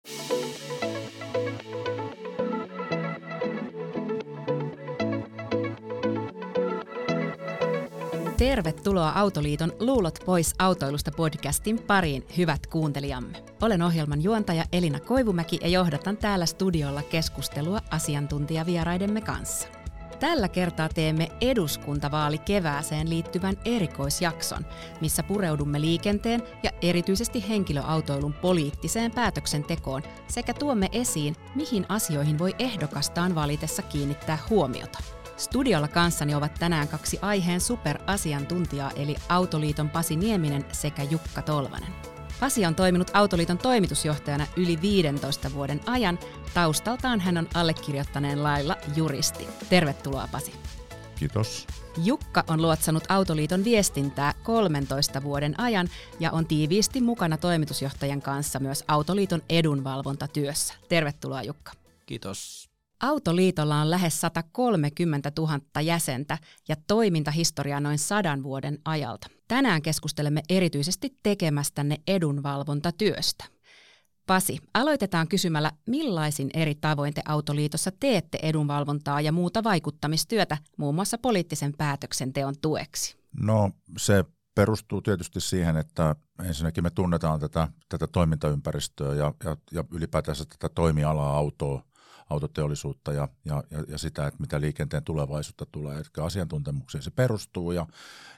Tervetuloa Autoliiton Luulot pois autoilusta podcastin pariin, hyvät kuuntelijamme. Olen ohjelman juontaja Elina Koivumäki ja johdatan täällä studiolla keskustelua asiantuntijavieraidemme kanssa. Tällä kertaa teemme eduskuntavaalikevääseen liittyvän erikoisjakson, missä pureudumme liikenteen ja erityisesti henkilöautoilun poliittiseen päätöksentekoon sekä tuomme esiin, mihin asioihin voi ehdokastaan valitessa kiinnittää huomiota. Studiolla kanssani ovat tänään kaksi aiheen superasiantuntijaa, eli Autoliiton Pasi Nieminen sekä Jukka Tolvanen. Pasi on toiminut Autoliiton toimitusjohtajana yli 15 vuoden ajan. Taustaltaan hän on allekirjoittaneen lailla juristi. Tervetuloa, Pasi. Kiitos. Jukka on luotsannut Autoliiton viestintää 13 vuoden ajan ja on tiiviisti mukana toimitusjohtajan kanssa myös Autoliiton edunvalvontatyössä. Tervetuloa, Jukka. Kiitos. Autoliitolla on lähes 130 000 jäsentä ja toimintahistoria noin 100 vuoden ajalta. Tänään keskustelemme erityisesti tekemästänne edunvalvontatyöstä. Pasi, aloitetaan kysymällä, millaisin eri tavoin te Autoliitossa teette edunvalvontaa ja muuta vaikuttamistyötä muun muassa poliittisen päätöksenteon tueksi? No se perustuu tietysti siihen, että ensinnäkin me tunnetaan tätä toimintaympäristöä ja ylipäätänsä tätä toimialaa autoteollisuutta ja sitä, että mitä liikenteen tulevaisuutta tulee. Eli asiantuntemukseen se perustuu ja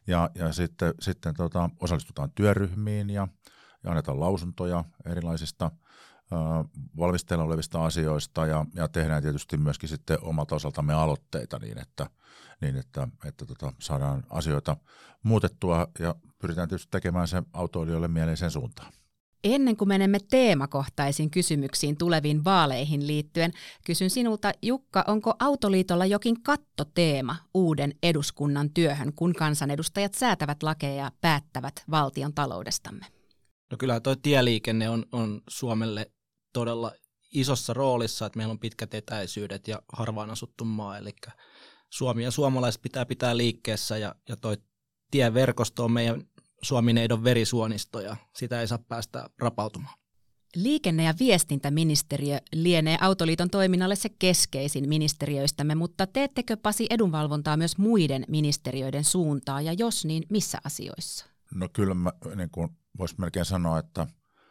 sitten osallistutaan työryhmiin ja annetaan lausuntoja erilaisista valmisteilla olevista asioista ja tehdään tietysti myöskin sitten omalta osaltamme aloitteita niin että saadaan asioita muutettua ja pyritään tietysti tekemään se autoilijoille mieleiseen suuntaan. Ennen kuin menemme teemakohtaisiin kysymyksiin tuleviin vaaleihin liittyen, kysyn sinulta, Jukka, onko Autoliitolla jokin kattoteema uuden eduskunnan työhön, kun kansanedustajat säätävät lakeja ja päättävät valtion taloudestamme? No kyllä tuo tieliikenne on Suomelle todella isossa roolissa, että meillä on pitkät etäisyydet ja harvaan asuttu maa, eli Suomi ja suomalaiset pitää liikkeessä ja toi tieverkosto on meidän Suomi-neidon verisuonisto ja sitä ei saa päästä rapautumaan. Liikenne- ja viestintäministeriö lienee Autoliiton toiminnalle se keskeisin ministeriöistämme, mutta teettekö, Pasi, edunvalvontaa myös muiden ministeriöiden suuntaan ja jos niin, missä asioissa? No kyllä niin kuin voisi melkein sanoa, että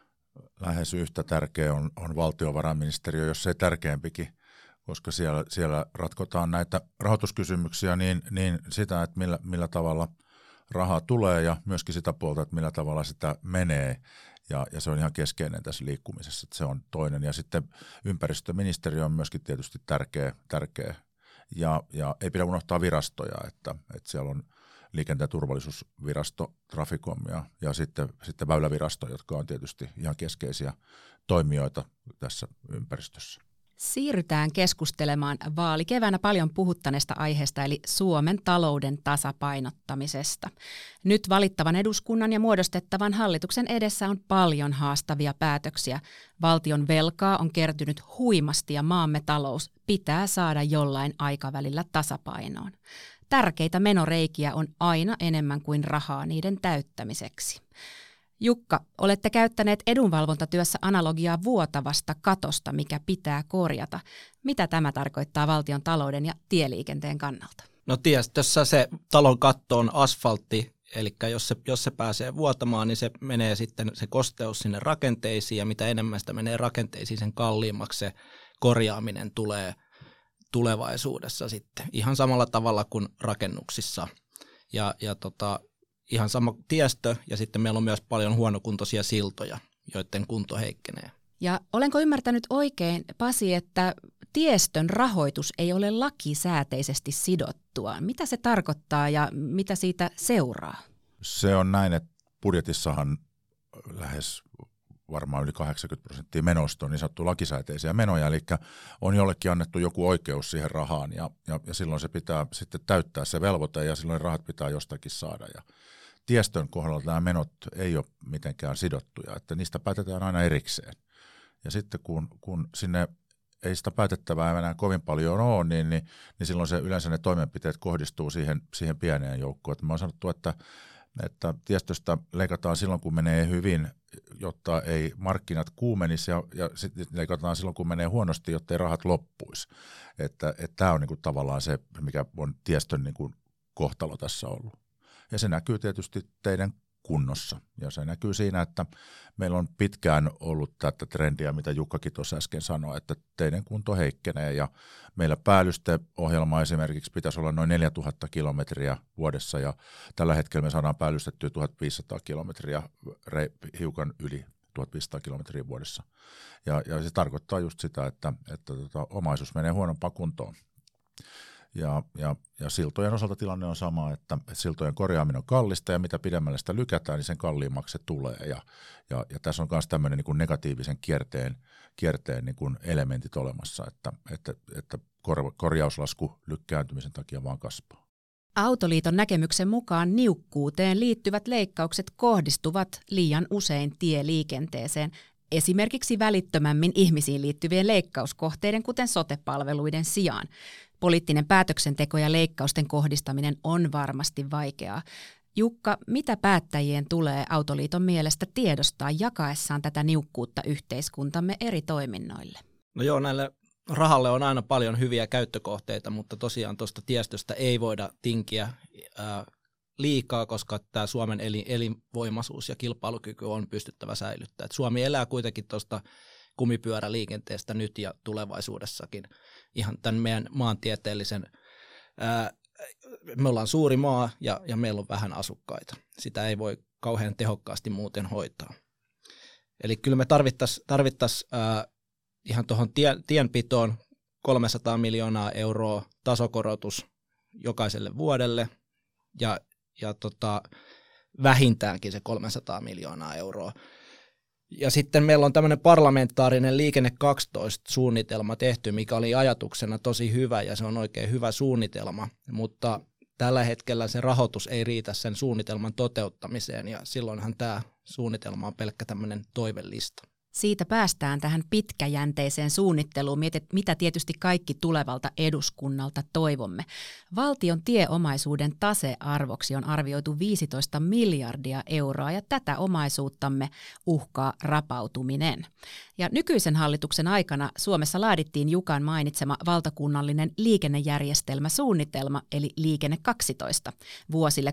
lähes yhtä tärkeä on valtiovarainministeriö, jos ei tärkeämpikin, koska siellä ratkotaan näitä rahoituskysymyksiä niin sitä, että millä tavalla rahaa tulee ja myöskin sitä puolta, että millä tavalla sitä menee ja se on ihan keskeinen tässä liikkumisessa, että se on toinen. Ja sitten ympäristöministeriö on myöskin tietysti tärkeä ja ei pidä unohtaa virastoja, että siellä on liikenteen turvallisuusvirasto, Traficom ja sitten väylävirasto, jotka on tietysti ihan keskeisiä toimijoita tässä ympäristössä. Siirrytään keskustelemaan vaalikeväänä paljon puhuttaneesta aiheesta eli Suomen talouden tasapainottamisesta. Nyt valittavan eduskunnan ja muodostettavan hallituksen edessä on paljon haastavia päätöksiä. Valtion velkaa on kertynyt huimasti ja maamme talous pitää saada jollain aikavälillä tasapainoon. Tärkeitä menoreikiä on aina enemmän kuin rahaa niiden täyttämiseksi. Jukka, olette käyttäneet edunvalvontatyössä analogiaa vuotavasta katosta, mikä pitää korjata. Mitä tämä tarkoittaa valtion talouden ja tieliikenteen kannalta? No tiestössä se talon katto on asfaltti, eli jos se pääsee vuotamaan, niin se menee sitten se kosteus sinne rakenteisiin ja mitä enemmän sitä menee rakenteisiin, sen kalliimmaksi se korjaaminen tulee tulevaisuudessa sitten. Ihan samalla tavalla kuin rakennuksissa ihan sama tiestö ja sitten meillä on myös paljon huonokuntoisia siltoja, joiden kunto heikkenee. Ja olenko ymmärtänyt oikein, Pasi, että tiestön rahoitus ei ole lakisääteisesti sidottua? Mitä se tarkoittaa ja mitä siitä seuraa? Se on näin, että budjetissahan lähes varmaan yli 80% menosta on niin sanottu lakisääteisiä menoja, eli on jollekin annettu joku oikeus siihen rahaan ja silloin se pitää sitten täyttää se velvoite ja silloin rahat pitää jostakin saada. Ja tiestön kohdalla nämä menot ei ole mitenkään sidottuja, että niistä päätetään aina erikseen. Ja sitten kun sinne ei sitä päätettävää enää kovin paljon ole, niin silloin se yleensä ne toimenpiteet kohdistuu siihen pieneen joukkoon. Mä oon sanottu, että että tiestöstä leikataan silloin, kun menee hyvin, jotta ei markkinat kuumenisi, ja sitten leikataan silloin, kun menee huonosti, jotta ei rahat loppuisi. Että tämä on niin kuin tavallaan se, mikä on tiestön niin kuin kohtalo tässä ollut. Ja se näkyy tietysti teidän kunnossa. Ja se näkyy siinä, että meillä on pitkään ollut tätä trendiä, mitä Jukkakin tuossa äsken sanoi, että teidän kunto heikkenee. Ja meillä päällysteohjelma esimerkiksi pitäisi olla noin 4000 kilometriä vuodessa, ja tällä hetkellä me saadaan päällystettyä 1500 kilometriä, hiukan yli 1500 kilometriä vuodessa. Ja se tarkoittaa just sitä, että omaisuus menee huonompaan kuntoon. Ja siltojen osalta tilanne on sama, että siltojen korjaaminen on kallista, ja mitä pidemmälle sitä lykätään, niin sen kalliimmaksi se tulee. Ja tässä on myös tämmöinen niin kuin negatiivisen kierteen niin kuin elementit olemassa, että korjauslasku lykkääntymisen takia vaan kasvaa. Autoliiton näkemyksen mukaan niukkuuteen liittyvät leikkaukset kohdistuvat liian usein tieliikenteeseen, esimerkiksi välittömämmin ihmisiin liittyvien leikkauskohteiden, kuten sote-palveluiden sijaan. Poliittinen päätöksenteko ja leikkausten kohdistaminen on varmasti vaikeaa. Jukka, mitä päättäjien tulee Autoliiton mielestä tiedostaa jakaessaan tätä niukkuutta yhteiskuntamme eri toiminnoille? No joo, näille rahalle on aina paljon hyviä käyttökohteita, mutta tosiaan tuosta tiestöstä ei voida tinkiä liikaa, koska tämä Suomen elinvoimaisuus ja kilpailukyky on pystyttävä säilyttämään. Et Suomi elää kuitenkin tuosta kumipyöräliikenteestä nyt ja tulevaisuudessakin ihan tämän meidän maantieteellisen, me ollaan suuri maa ja meillä on vähän asukkaita. Sitä ei voi kauhean tehokkaasti muuten hoitaa. Eli kyllä me tarvittaisiin ihan tuohon tienpitoon 300 miljoonaa euroa tasokorotus jokaiselle vuodelle ja vähintäänkin se 300 miljoonaa euroa. Ja sitten meillä on tämmöinen parlamentaarinen Liikenne 12-suunnitelma tehty, mikä oli ajatuksena tosi hyvä ja se on oikein hyvä suunnitelma, mutta tällä hetkellä se rahoitus ei riitä sen suunnitelman toteuttamiseen ja silloinhan tämä suunnitelma on pelkkä tämmöinen toivelista. Siitä päästään tähän pitkäjänteiseen suunnitteluun, mitä tietysti kaikki tulevalta eduskunnalta toivomme. Valtion tieomaisuuden tasearvoksi on arvioitu 15 miljardia euroa ja tätä omaisuuttamme uhkaa rapautuminen. Ja nykyisen hallituksen aikana Suomessa laadittiin Jukan mainitsema valtakunnallinen liikennejärjestelmäsuunnitelma eli Liikenne 12 vuosille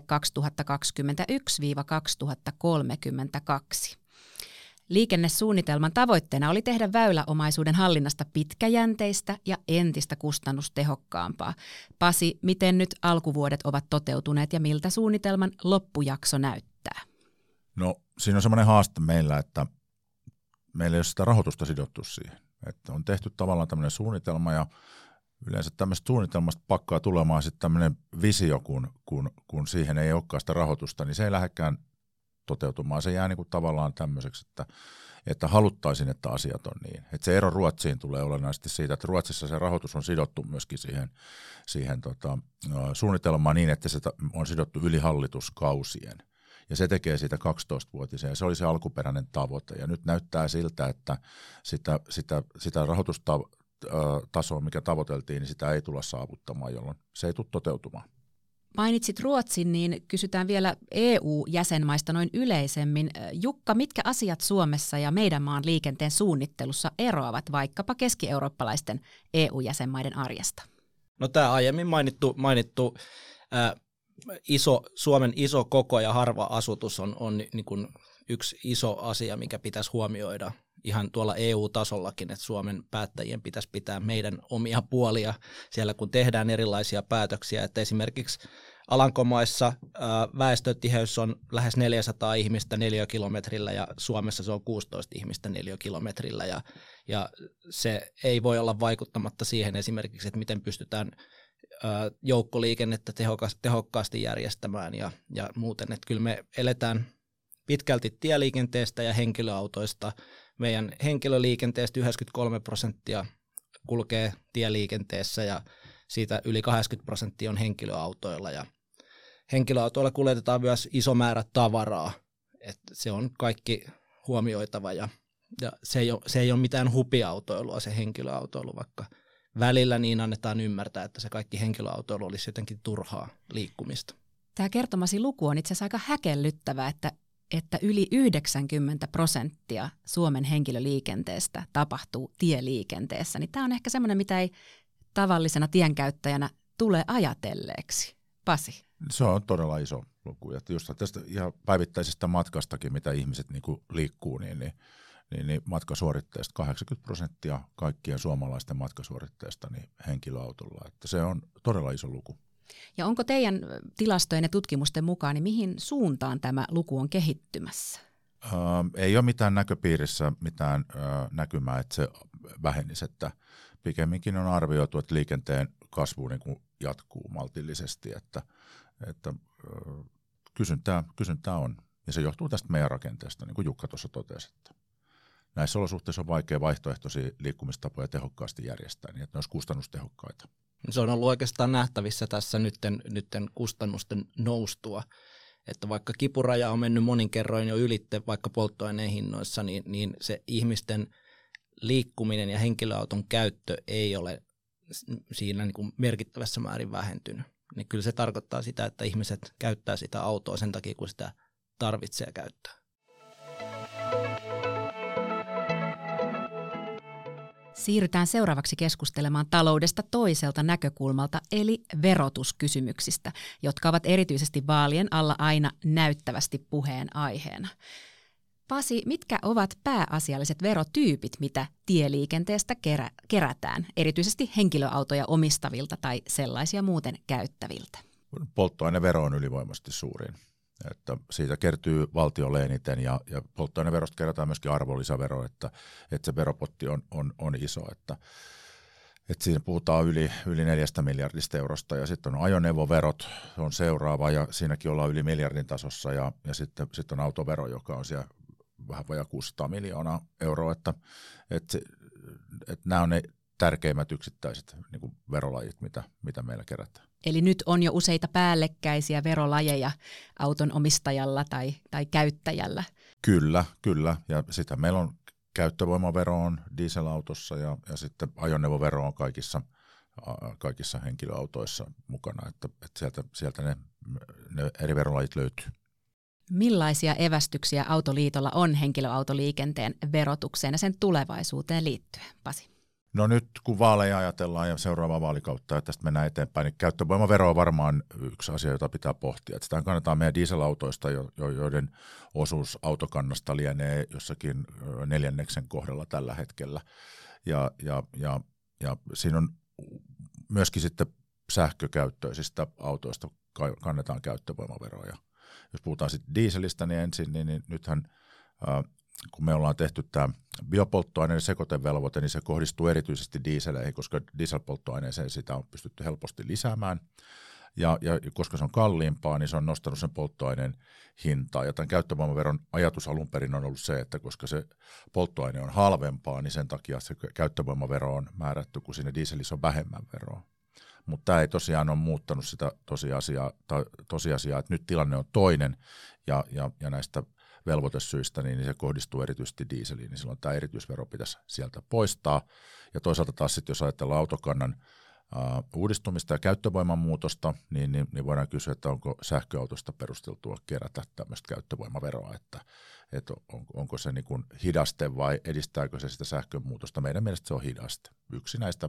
2021–2032. Liikennesuunnitelman tavoitteena oli tehdä väyläomaisuuden hallinnasta pitkäjänteistä ja entistä kustannustehokkaampaa. Pasi, miten nyt alkuvuodet ovat toteutuneet ja miltä suunnitelman loppujakso näyttää? No siinä on semmoinen haaste meillä, että meillä ei ole sitä rahoitusta sidottu siihen. Että on tehty tavallaan tämmöinen suunnitelma ja yleensä tämmöistä suunnitelmasta pakkaa tulemaan sitten tämmöinen visio, kun siihen ei olekaan sitä rahoitusta, niin se ei lähdekään toteutumaan. Se jää niin kuin tavallaan tämmöiseksi, että haluttaisiin, että asiat on niin. Että se ero Ruotsiin tulee olennaisesti siitä, että Ruotsissa se rahoitus on sidottu myöskin siihen suunnitelmaan niin, että se on sidottu yli hallituskausien. Ja se tekee siitä 12-vuotisen, ja se oli se alkuperäinen tavoite. Ja nyt näyttää siltä, että sitä rahoitustasoa, mikä tavoiteltiin, niin sitä ei tulla saavuttamaan, jolloin se ei tule toteutumaan. Mainitsit Ruotsin, niin kysytään vielä EU-jäsenmaista noin yleisemmin. Jukka, mitkä asiat Suomessa ja meidän maan liikenteen suunnittelussa eroavat vaikkapa keski-eurooppalaisten EU-jäsenmaiden arjesta? No tämä aiemmin mainittu Suomen iso koko ja harva asutus on niin kuin yksi iso asia, mikä pitäisi huomioida ihan tuolla EU-tasollakin, että Suomen päättäjien pitäisi pitää meidän omia puolia siellä, kun tehdään erilaisia päätöksiä. Että esimerkiksi Alankomaissa väestötiheys on lähes 400 ihmistä neliökilometrillä ja Suomessa se on 16 ihmistä neliökilometrillä. Ja se ei voi olla vaikuttamatta siihen esimerkiksi, että miten pystytään joukkoliikennettä tehokkaasti järjestämään ja muuten. Että kyllä me eletään pitkälti tieliikenteestä ja henkilöautoista. Meidän henkilöliikenteestä 93% kulkee tieliikenteessä ja siitä yli 80% on henkilöautoilla. Ja henkilöautoilla kuljetetaan myös iso määrä tavaraa. Et se on kaikki huomioitava ja se ei ole mitään hupiautoilua se henkilöautoilu, vaikka välillä niin annetaan ymmärtää, että se kaikki henkilöautoilu olisi jotenkin turhaa liikkumista. Tämä kertomasi luku on itse asiassa aika häkellyttävä, että yli 90% Suomen henkilöliikenteestä tapahtuu tieliikenteessä. Niin tämä on ehkä semmoinen, mitä ei tavallisena tienkäyttäjänä tule ajatelleeksi. Pasi. Se on todella iso luku. Ja just tästä ihan päivittäisestä matkastakin, mitä ihmiset niin liikkuu, niin matkasuoritteista 80% kaikkien suomalaisten matkasuoritteista niin henkilöautolla. Että se on todella iso luku. Ja onko teidän tilastojen ja tutkimusten mukaan, niin mihin suuntaan tämä luku on kehittymässä? Ei ole mitään näköpiirissä mitään näkymää, että se vähenisi. Että pikemminkin on arvioitu, että liikenteen kasvu niin kuin jatkuu maltillisesti, että kysyntää on. Ja se johtuu tästä meidän rakenteesta, niin kuin Jukka tuossa totesi. Että näissä olosuhteissa on vaikea vaihtoehtoisia liikkumistapoja tehokkaasti järjestää, niin että ne olisi kustannustehokkaita. Se on ollut oikeastaan nähtävissä tässä nytten kustannusten noustua, että vaikka kipuraja on mennyt monin kerroin jo ylitte vaikka polttoaineen hinnoissa, niin se ihmisten liikkuminen ja henkilöauton käyttö ei ole siinä niin kuin merkittävässä määrin vähentynyt. Niin kyllä se tarkoittaa sitä, että ihmiset käyttää sitä autoa sen takia, kun sitä tarvitsee käyttää. Siirrytään seuraavaksi keskustelemaan taloudesta toiselta näkökulmalta, eli verotuskysymyksistä, jotka ovat erityisesti vaalien alla aina näyttävästi puheenaiheena. Pasi, mitkä ovat pääasialliset verotyypit, mitä tieliikenteestä kerätään, erityisesti henkilöautoja omistavilta tai sellaisia muuten käyttäviltä? Polttoainevero on ylivoimaisesti suurin. Että siitä kertyy valtiolle eniten ja polttoaineverosta kerätään myöskin arvonlisävero, että se veropotti on iso, että siinä puhutaan yli 4 miljardista eurosta ja sitten on ajoneuvoverot, on seuraava ja siinäkin ollaan yli miljardin tasossa ja sitten on autovero, joka on siellä vähän vajaa 600 miljoonaa euroa, että nämä on ne tärkeimmät yksittäiset niin kuin verolajit, mitä meillä kerätään. Eli nyt on jo useita päällekkäisiä verolajeja auton omistajalla tai käyttäjällä. Kyllä. Ja sitten meillä on käyttövoimavero on dieselautossa ja sitten ajoneuvovero on kaikissa henkilöautoissa mukana, että sieltä ne eri verolajit löytyy. Millaisia evästyksiä Autoliitolla on henkilöautoliikenteen verotukseen ja sen tulevaisuuteen liittyen, Pasi? No nyt kun vaaleja ajatellaan ja seuraavaa vaalikautta ja tästä mennään eteenpäin, niin käyttövoimavero on varmaan yksi asia, jota pitää pohtia. Sitä kannetaan meidän dieselautoista, joiden osuus autokannasta lienee jossakin 4. kohdalla tällä hetkellä. Ja siinä on myöskin sitten sähkökäyttöisistä autoista kannetaan käyttövoimaveroja. Jos puhutaan sitten dieselistä, niin ensin, niin nythän kun me ollaan tehty tämä biopolttoaineen sekoitevelvoite, niin se kohdistuu erityisesti dieseleihin, koska dieselpolttoaineeseen sitä on pystytty helposti lisäämään. Ja koska se on kalliimpaa, niin se on nostanut sen polttoaineen hintaa. Ja tämän käyttövoimaveron ajatus alun perin on ollut se, että koska se polttoaine on halvempaa, niin sen takia se käyttövoimavero on määrätty, kun siinä dieselissä on vähemmän veroa. Mutta tämä ei tosiaan ole muuttanut sitä tosiasiaa, että nyt tilanne on toinen ja näistä velvoitesyistä, niin se kohdistuu erityisesti dieseliin, niin silloin tämä erityisvero pitäisi sieltä poistaa. Ja toisaalta taas sitten, jos ajatellaan autokannan uudistumista ja käyttövoiman muutosta, niin voidaan kysyä, että onko sähköautosta perusteltua kerätä tämmöistä käyttövoimaveroa, että onko se niin kuin hidaste vai edistääkö se sitä sähkön muutosta. Meidän mielestä se on hidaste. Yksi näistä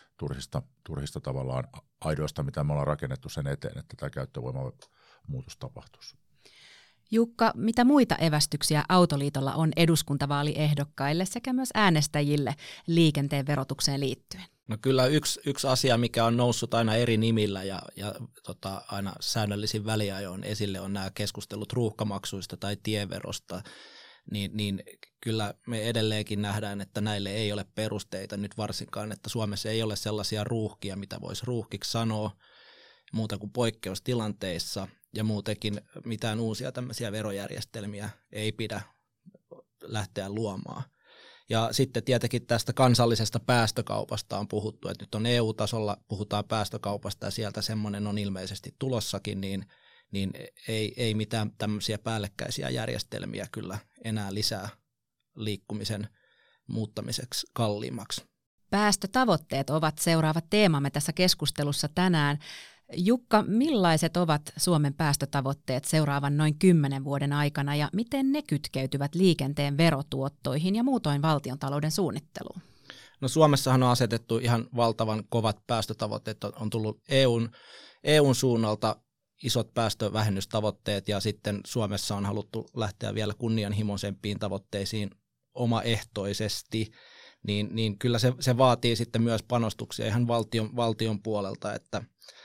turhista tavallaan aidoista, mitä me ollaan rakennettu sen eteen, että tämä käyttövoimamuutos tapahtuisi. Jukka, mitä muita evästyksiä Autoliitolla on eduskuntavaaliehdokkaille sekä myös äänestäjille liikenteen verotukseen liittyen? No kyllä yksi asia, mikä on noussut aina eri nimillä ja aina säännöllisin väliajoin esille on nämä keskustelut ruuhkamaksuista tai tieverosta, niin kyllä me edelleenkin nähdään, että näille ei ole perusteita nyt varsinkaan, että Suomessa ei ole sellaisia ruuhkia, mitä voisi ruuhkiksi sanoa muuta kuin poikkeustilanteissa. Ja muutenkin mitään uusia tämmöisiä verojärjestelmiä ei pidä lähteä luomaan. Ja sitten tietenkin tästä kansallisesta päästökaupasta on puhuttu, että nyt on EU-tasolla, puhutaan päästökaupasta ja sieltä semmoinen on ilmeisesti tulossakin, niin ei mitään tämmöisiä päällekkäisiä järjestelmiä kyllä enää lisää liikkumisen muuttamiseksi kalliimmaksi. Päästötavoitteet ovat seuraava teemamme tässä keskustelussa tänään. Jukka, millaiset ovat Suomen päästötavoitteet seuraavan noin 10 vuoden aikana ja miten ne kytkeytyvät liikenteen verotuottoihin ja muutoin valtiontalouden suunnitteluun? No Suomessahan on asetettu ihan valtavan kovat päästötavoitteet, on tullut EUn suunnalta isot päästövähennystavoitteet ja sitten Suomessa on haluttu lähteä vielä kunnianhimoisempiin tavoitteisiin omaehtoisesti, niin kyllä se vaatii sitten myös panostuksia ihan valtion puolelta, että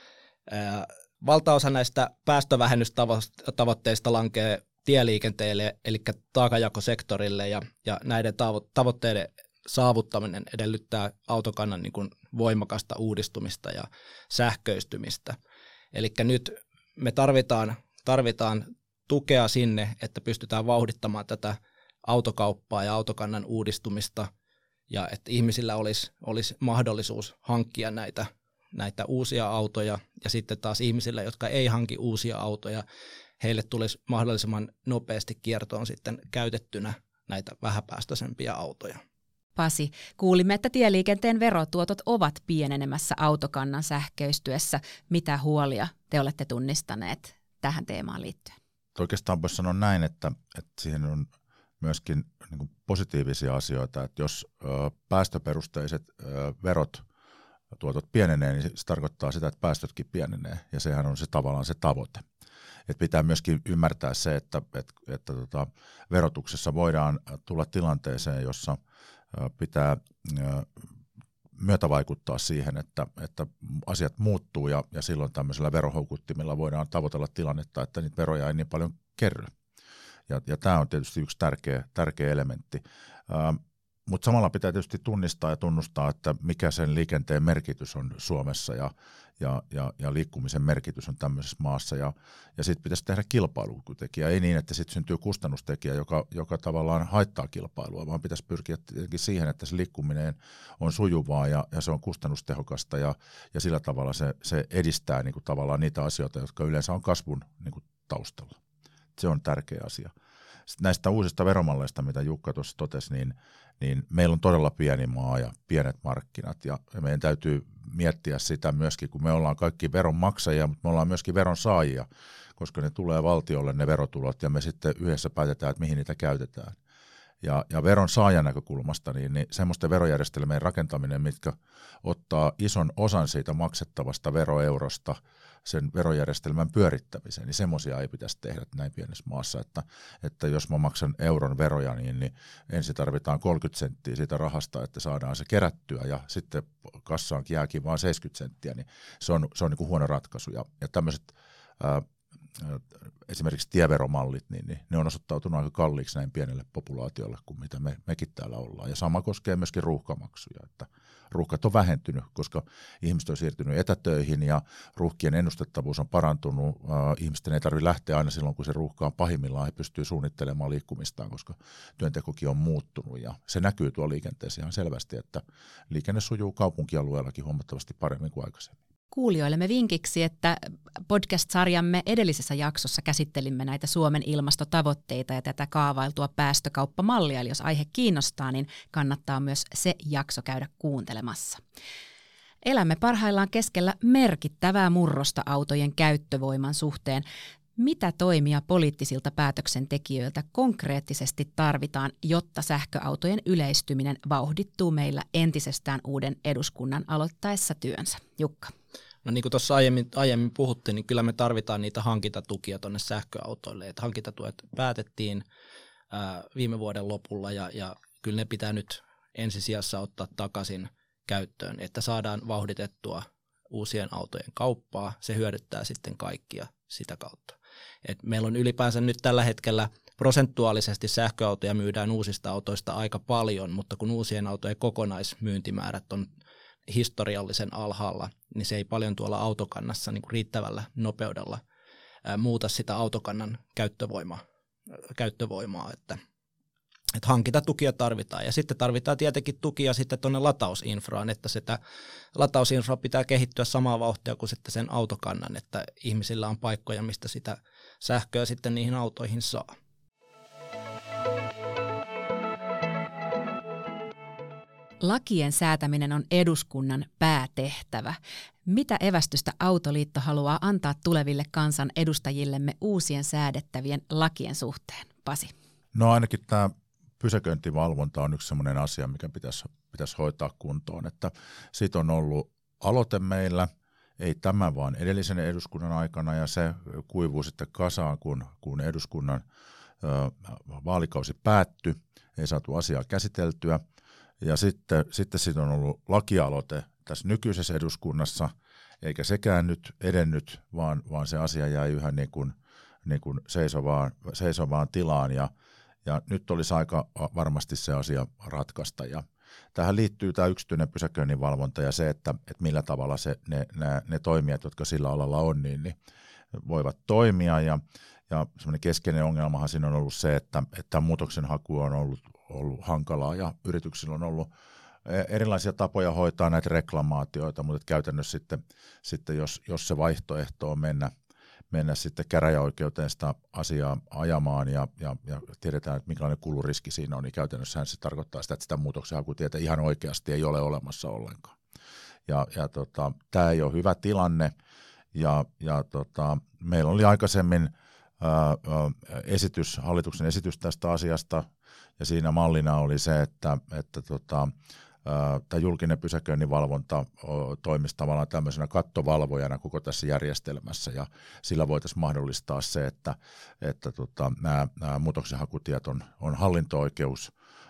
valtaosa näistä päästövähennystavoitteista lankee tieliikenteelle, eli taakanjakosektorille, ja näiden tavoitteiden saavuttaminen edellyttää autokannan niin kuin voimakasta uudistumista ja sähköistymistä. Eli nyt me tarvitaan tukea sinne, että pystytään vauhdittamaan tätä autokauppaa ja autokannan uudistumista, ja että ihmisillä olisi mahdollisuus hankkia näitä uusia autoja, ja sitten taas ihmisillä, jotka ei hanki uusia autoja, heille tulisi mahdollisimman nopeasti kiertoon sitten käytettynä näitä vähäpäästöisempiä autoja. Pasi, kuulimme, että tieliikenteen verotuotot ovat pienenemässä autokannan sähköistyessä. Mitä huolia te olette tunnistaneet tähän teemaan liittyen? Oikeastaan voisi sanoa näin, että siihen on myöskin niin kuin positiivisia asioita, että jos päästöperusteiset verotuotot pienenee, niin se tarkoittaa sitä, että päästötkin pienenee, ja sehän on se tavallaan se tavoite. Et pitää myöskin ymmärtää se, että verotuksessa voidaan tulla tilanteeseen, jossa pitää myötävaikuttaa siihen, että asiat muuttuu, ja silloin tämmöisellä verohoukuttimilla voidaan tavoitella tilannetta, että niitä veroja ei niin paljon kerry. Ja tämä on tietysti yksi tärkeä elementti. Mutta samalla pitää tietysti tunnistaa ja tunnustaa, että mikä sen liikenteen merkitys on Suomessa ja liikkumisen merkitys on tämmöisessä maassa. Ja sitten pitäisi tehdä kilpailutekijä. Ei niin, että sitten syntyy kustannustekijä, joka tavallaan haittaa kilpailua, vaan pitäisi pyrkiä tietenkin siihen, että se liikkuminen on sujuvaa ja se on kustannustehokasta ja sillä tavalla se edistää niin kuin tavallaan niitä asioita, jotka yleensä on kasvun niin kuin taustalla. Se on tärkeä asia. Sitten näistä uusista veromalleista, mitä Jukka tuossa totesi, niin meillä on todella pieni maa ja pienet markkinat, ja meidän täytyy miettiä sitä myöskin, kun me ollaan kaikki veronmaksajia, mutta me ollaan myöskin veronsaajia, koska ne tulee valtiolle ne verotulot, ja me sitten yhdessä päätetään, että mihin niitä käytetään. Ja veron saajan näkökulmasta, niin semmoisten verojärjestelmien rakentaminen, mitkä ottaa ison osan siitä maksettavasta veroeurosta sen verojärjestelmän pyörittämiseen, niin semmoisia ei pitäisi tehdä näin pienessä maassa, että jos mä maksan euron veroja, niin ensin tarvitaan 30 senttiä siitä rahasta, että saadaan se kerättyä, ja sitten kassaankin jääkin vaan 70 senttiä, niin se on niin kuin huono ratkaisu. Ja tämmöiset esimerkiksi tieveromallit, niin ne on osoittautunut aika kalliiksi näin pienelle populaatiolle kuin mitä mekin täällä ollaan. Ja sama koskee myöskin ruuhkamaksuja, että ruuhkat on vähentynyt, koska ihmiset on siirtynyt etätöihin ja ruuhkien ennustettavuus on parantunut. Ihmisten ei tarvitse lähteä aina silloin, kun se ruuhka on pahimmillaan, he pystyy suunnittelemaan liikkumistaan, koska työntekokin on muuttunut, ja se näkyy tuolla liikenteessä ihan selvästi, että liikenne sujuu kaupunkialueellakin huomattavasti paremmin kuin aikaisemmin. Kuulijoillemme vinkiksi, että podcast-sarjamme edellisessä jaksossa käsittelimme näitä Suomen ilmastotavoitteita ja tätä kaavailtua päästökauppamallia, eli jos aihe kiinnostaa, niin kannattaa myös se jakso käydä kuuntelemassa. Elämme parhaillaan keskellä merkittävää murrosta autojen käyttövoiman suhteen. Mitä toimia poliittisilta päätöksentekijöiltä konkreettisesti tarvitaan, jotta sähköautojen yleistyminen vauhdittuu meillä entisestään uuden eduskunnan aloittaessa työnsä? Jukka. No niin kuin tuossa aiemmin puhuttiin, niin kyllä me tarvitaan niitä hankintatukia tuonne sähköautoille. Et hankintatuet päätettiin viime vuoden lopulla ja kyllä ne pitää nyt ensisijassa ottaa takaisin käyttöön, että saadaan vauhditettua uusien autojen kauppaa. Se hyödyttää sitten kaikkia sitä kautta. Et meillä on ylipäänsä nyt tällä hetkellä prosentuaalisesti sähköautoja myydään uusista autoista aika paljon, mutta kun uusien autojen kokonaismyyntimäärät on historiallisen alhaalla, niin se ei paljon tuolla autokannassa niin kuin riittävällä nopeudella muuta sitä autokannan käyttövoimaa, että hankintatukia tarvitaan. Ja sitten tarvitaan tietenkin tukia sitten tuonne latausinfraan, että sitä latausinfra pitää kehittyä samaa vauhtia kuin sitten sen autokannan, että ihmisillä on paikkoja, mistä sitä sähköä sitten niihin autoihin saa. Lakien säätäminen on eduskunnan päätehtävä. Mitä evästystä Autoliitto haluaa antaa tuleville kansan edustajillemme uusien säädettävien lakien suhteen? Pasi. No ainakin tämä pysäköintivalvonta on yksi sellainen asia, mikä pitäisi hoitaa kuntoon. Että siitä on ollut aloite meillä, ei tämä vaan edellisen eduskunnan aikana, ja se kuivuu sitten kasaan, kun eduskunnan vaalikausi päättyi, ei saatu asiaa käsiteltyä. Ja sitten siitä on ollut lakialoite tässä nykyisessä eduskunnassa, eikä sekään nyt edennyt, vaan se asia jäi yhä niin kuin seisovaan tilaan, ja nyt olisi aika varmasti se asia ratkaista. Ja tähän liittyy tämä yksityinen pysäköinninvalvonta ja se, että millä tavalla ne toimijat, jotka sillä alalla on, niin voivat toimia. Ja semmoinen keskeinen ongelmahan siinä on ollut se, että muutoksenhaku on ollut hankalaa ja yrityksillä on ollut erilaisia tapoja hoitaa näitä reklamaatioita, mutta käytännössä sitten jos se vaihtoehto on mennä sitten käräjäoikeuteen sitä asiaa ajamaan ja tiedetään, että minkälainen kuluriski siinä on, niin käytännössähän se tarkoittaa sitä, että sitä muutoksenhakutietä ihan oikeasti ei ole olemassa ollenkaan. Tämä ei ole hyvä tilanne ja meillä oli aikaisemmin hallituksen esitys tästä asiasta ja siinä mallina oli se, että tämä julkinen pysäköinninvalvonta toimisi tavallaan tämmöisenä kattovalvojana koko tässä järjestelmässä ja sillä voitaisiin mahdollistaa se, että nämä muutoksenhakutiet on hallinto-oikeus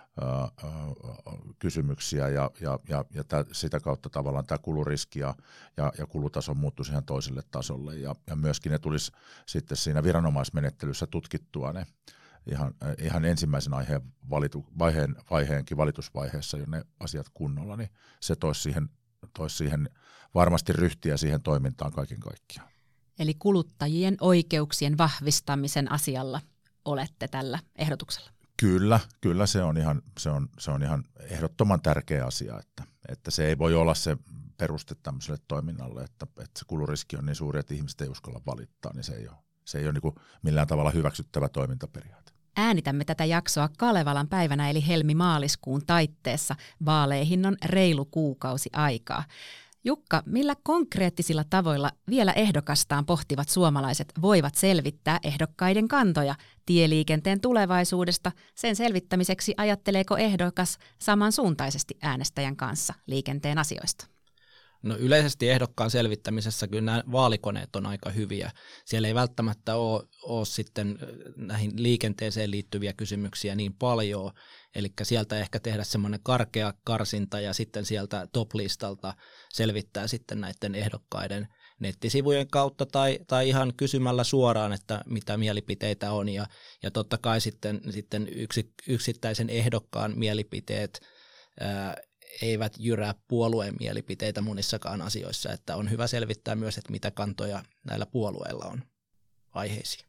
kysymyksiä ja sitä kautta tavallaan tämä kuluriski ja kulutaso muuttuisi ihan toiselle tasolle ja myöskin ne tulisi sitten siinä viranomaismenettelyssä tutkittua ne ihan ensimmäisen vaiheenkin valitusvaiheessa jo ne asiat kunnolla, niin se toisi siihen varmasti ryhtiä siihen toimintaan kaiken kaikkiaan. Eli kuluttajien oikeuksien vahvistamisen asialla olette tällä ehdotuksella? Kyllä se on ihan ehdottoman tärkeä asia, että se ei voi olla se peruste tämmöiselle toiminnalle, että se kuluriski on niin suuri, että ihmiset ei uskalla valittaa, niin se ei ole niin kuin millään tavalla hyväksyttävä toimintaperiaate. Äänitämme tätä jaksoa Kalevalan päivänä eli helmi-maaliskuun taitteessa. Vaaleihin on reilu kuukausi aikaa. Jukka, millä konkreettisilla tavoilla vielä ehdokastaan pohtivat suomalaiset voivat selvittää ehdokkaiden kantoja tieliikenteen tulevaisuudesta? Sen selvittämiseksi ajatteleeko ehdokas samansuuntaisesti äänestäjän kanssa liikenteen asioista? No yleisesti ehdokkaan selvittämisessä kyllä nämä vaalikoneet on aika hyviä. Siellä ei välttämättä ole sitten näihin liikenteeseen liittyviä kysymyksiä niin paljon, eli sieltä ehkä tehdä semmoinen karkea karsinta ja sitten sieltä top-listalta selvittää sitten näiden ehdokkaiden nettisivujen kautta tai ihan kysymällä suoraan, että mitä mielipiteitä on ja totta kai sitten yksittäisen ehdokkaan mielipiteet eivät jyrää puolueen mielipiteitä monissakaan asioissa, että on hyvä selvittää myös, että mitä kantoja näillä puolueilla on aiheisiin.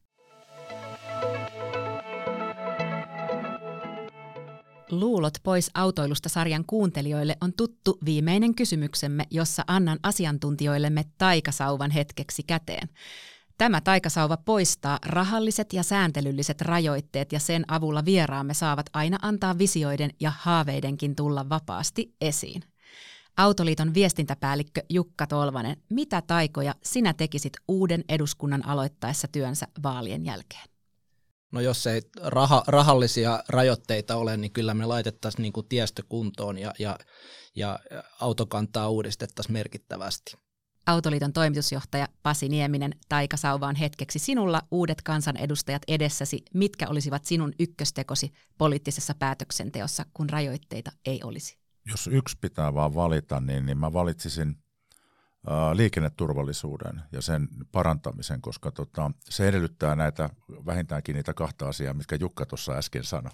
Luulot pois autoilusta -sarjan kuuntelijoille on tuttu viimeinen kysymyksemme, jossa annan asiantuntijoillemme taikasauvan hetkeksi käteen. Tämä taikasauva poistaa rahalliset ja sääntelylliset rajoitteet ja sen avulla vieraamme saavat aina antaa visioiden ja haaveidenkin tulla vapaasti esiin. Autoliiton viestintäpäällikkö Jukka Tolvanen, mitä taikoja sinä tekisit uuden eduskunnan aloittaessa työnsä vaalien jälkeen? No jos ei rahallisia rajoitteita ole, niin kyllä me laitettaisiin niin kuin tiestö kuntoon ja autokantaa uudistettaisiin merkittävästi. Autoliiton toimitusjohtaja Pasi Nieminen, taikasauva on hetkeksi sinulla, uudet kansanedustajat edessäsi. Mitkä olisivat sinun ykköstekosi poliittisessa päätöksenteossa, kun rajoitteita ei olisi? Jos yksi pitää vaan valita, niin mä valitsisin liikenneturvallisuuden ja sen parantamisen, koska se edellyttää vähintäänkin niitä kahta asiaa, mitkä Jukka tuossa äsken sanoi.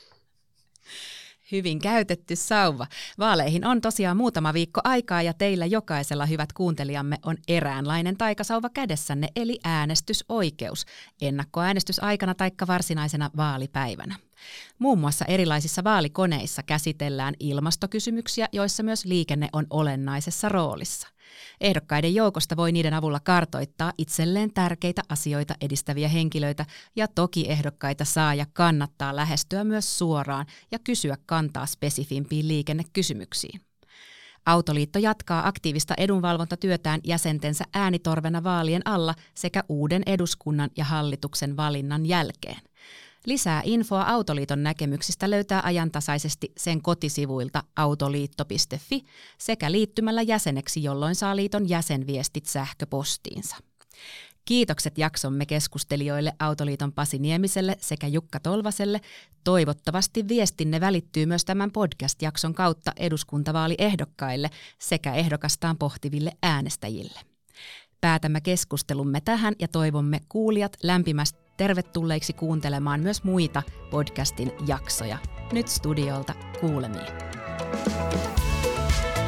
Hyvin käytetty sauva. Vaaleihin on tosiaan muutama viikko aikaa ja teillä jokaisella, hyvät kuuntelijamme, on eräänlainen taikasauva kädessänne, eli äänestysoikeus, ennakkoäänestysaikana taikka varsinaisena vaalipäivänä. Muun muassa erilaisissa vaalikoneissa käsitellään ilmastokysymyksiä, joissa myös liikenne on olennaisessa roolissa. Ehdokkaiden joukosta voi niiden avulla kartoittaa itselleen tärkeitä asioita edistäviä henkilöitä ja toki ehdokkaita saa ja kannattaa lähestyä myös suoraan ja kysyä kantaa spesifimpiin liikennekysymyksiin. Autoliitto jatkaa aktiivista edunvalvontatyötään jäsentensä äänitorvena vaalien alla sekä uuden eduskunnan ja hallituksen valinnan jälkeen. Lisää infoa Autoliiton näkemyksistä löytää ajantasaisesti sen kotisivuilta autoliitto.fi sekä liittymällä jäseneksi, jolloin saa liiton jäsenviestit sähköpostiinsa. Kiitokset jaksomme keskustelijoille Autoliiton Pasi Niemiselle sekä Jukka Tolvaselle. Toivottavasti viestinne välittyy myös tämän podcast-jakson kautta eduskuntavaaliehdokkaille sekä ehdokastaan pohtiville äänestäjille. Päätämme keskustelumme tähän ja toivomme kuulijat lämpimästi tervetulleiksi kuuntelemaan myös muita podcastin jaksoja. Nyt studiolta kuulemiin.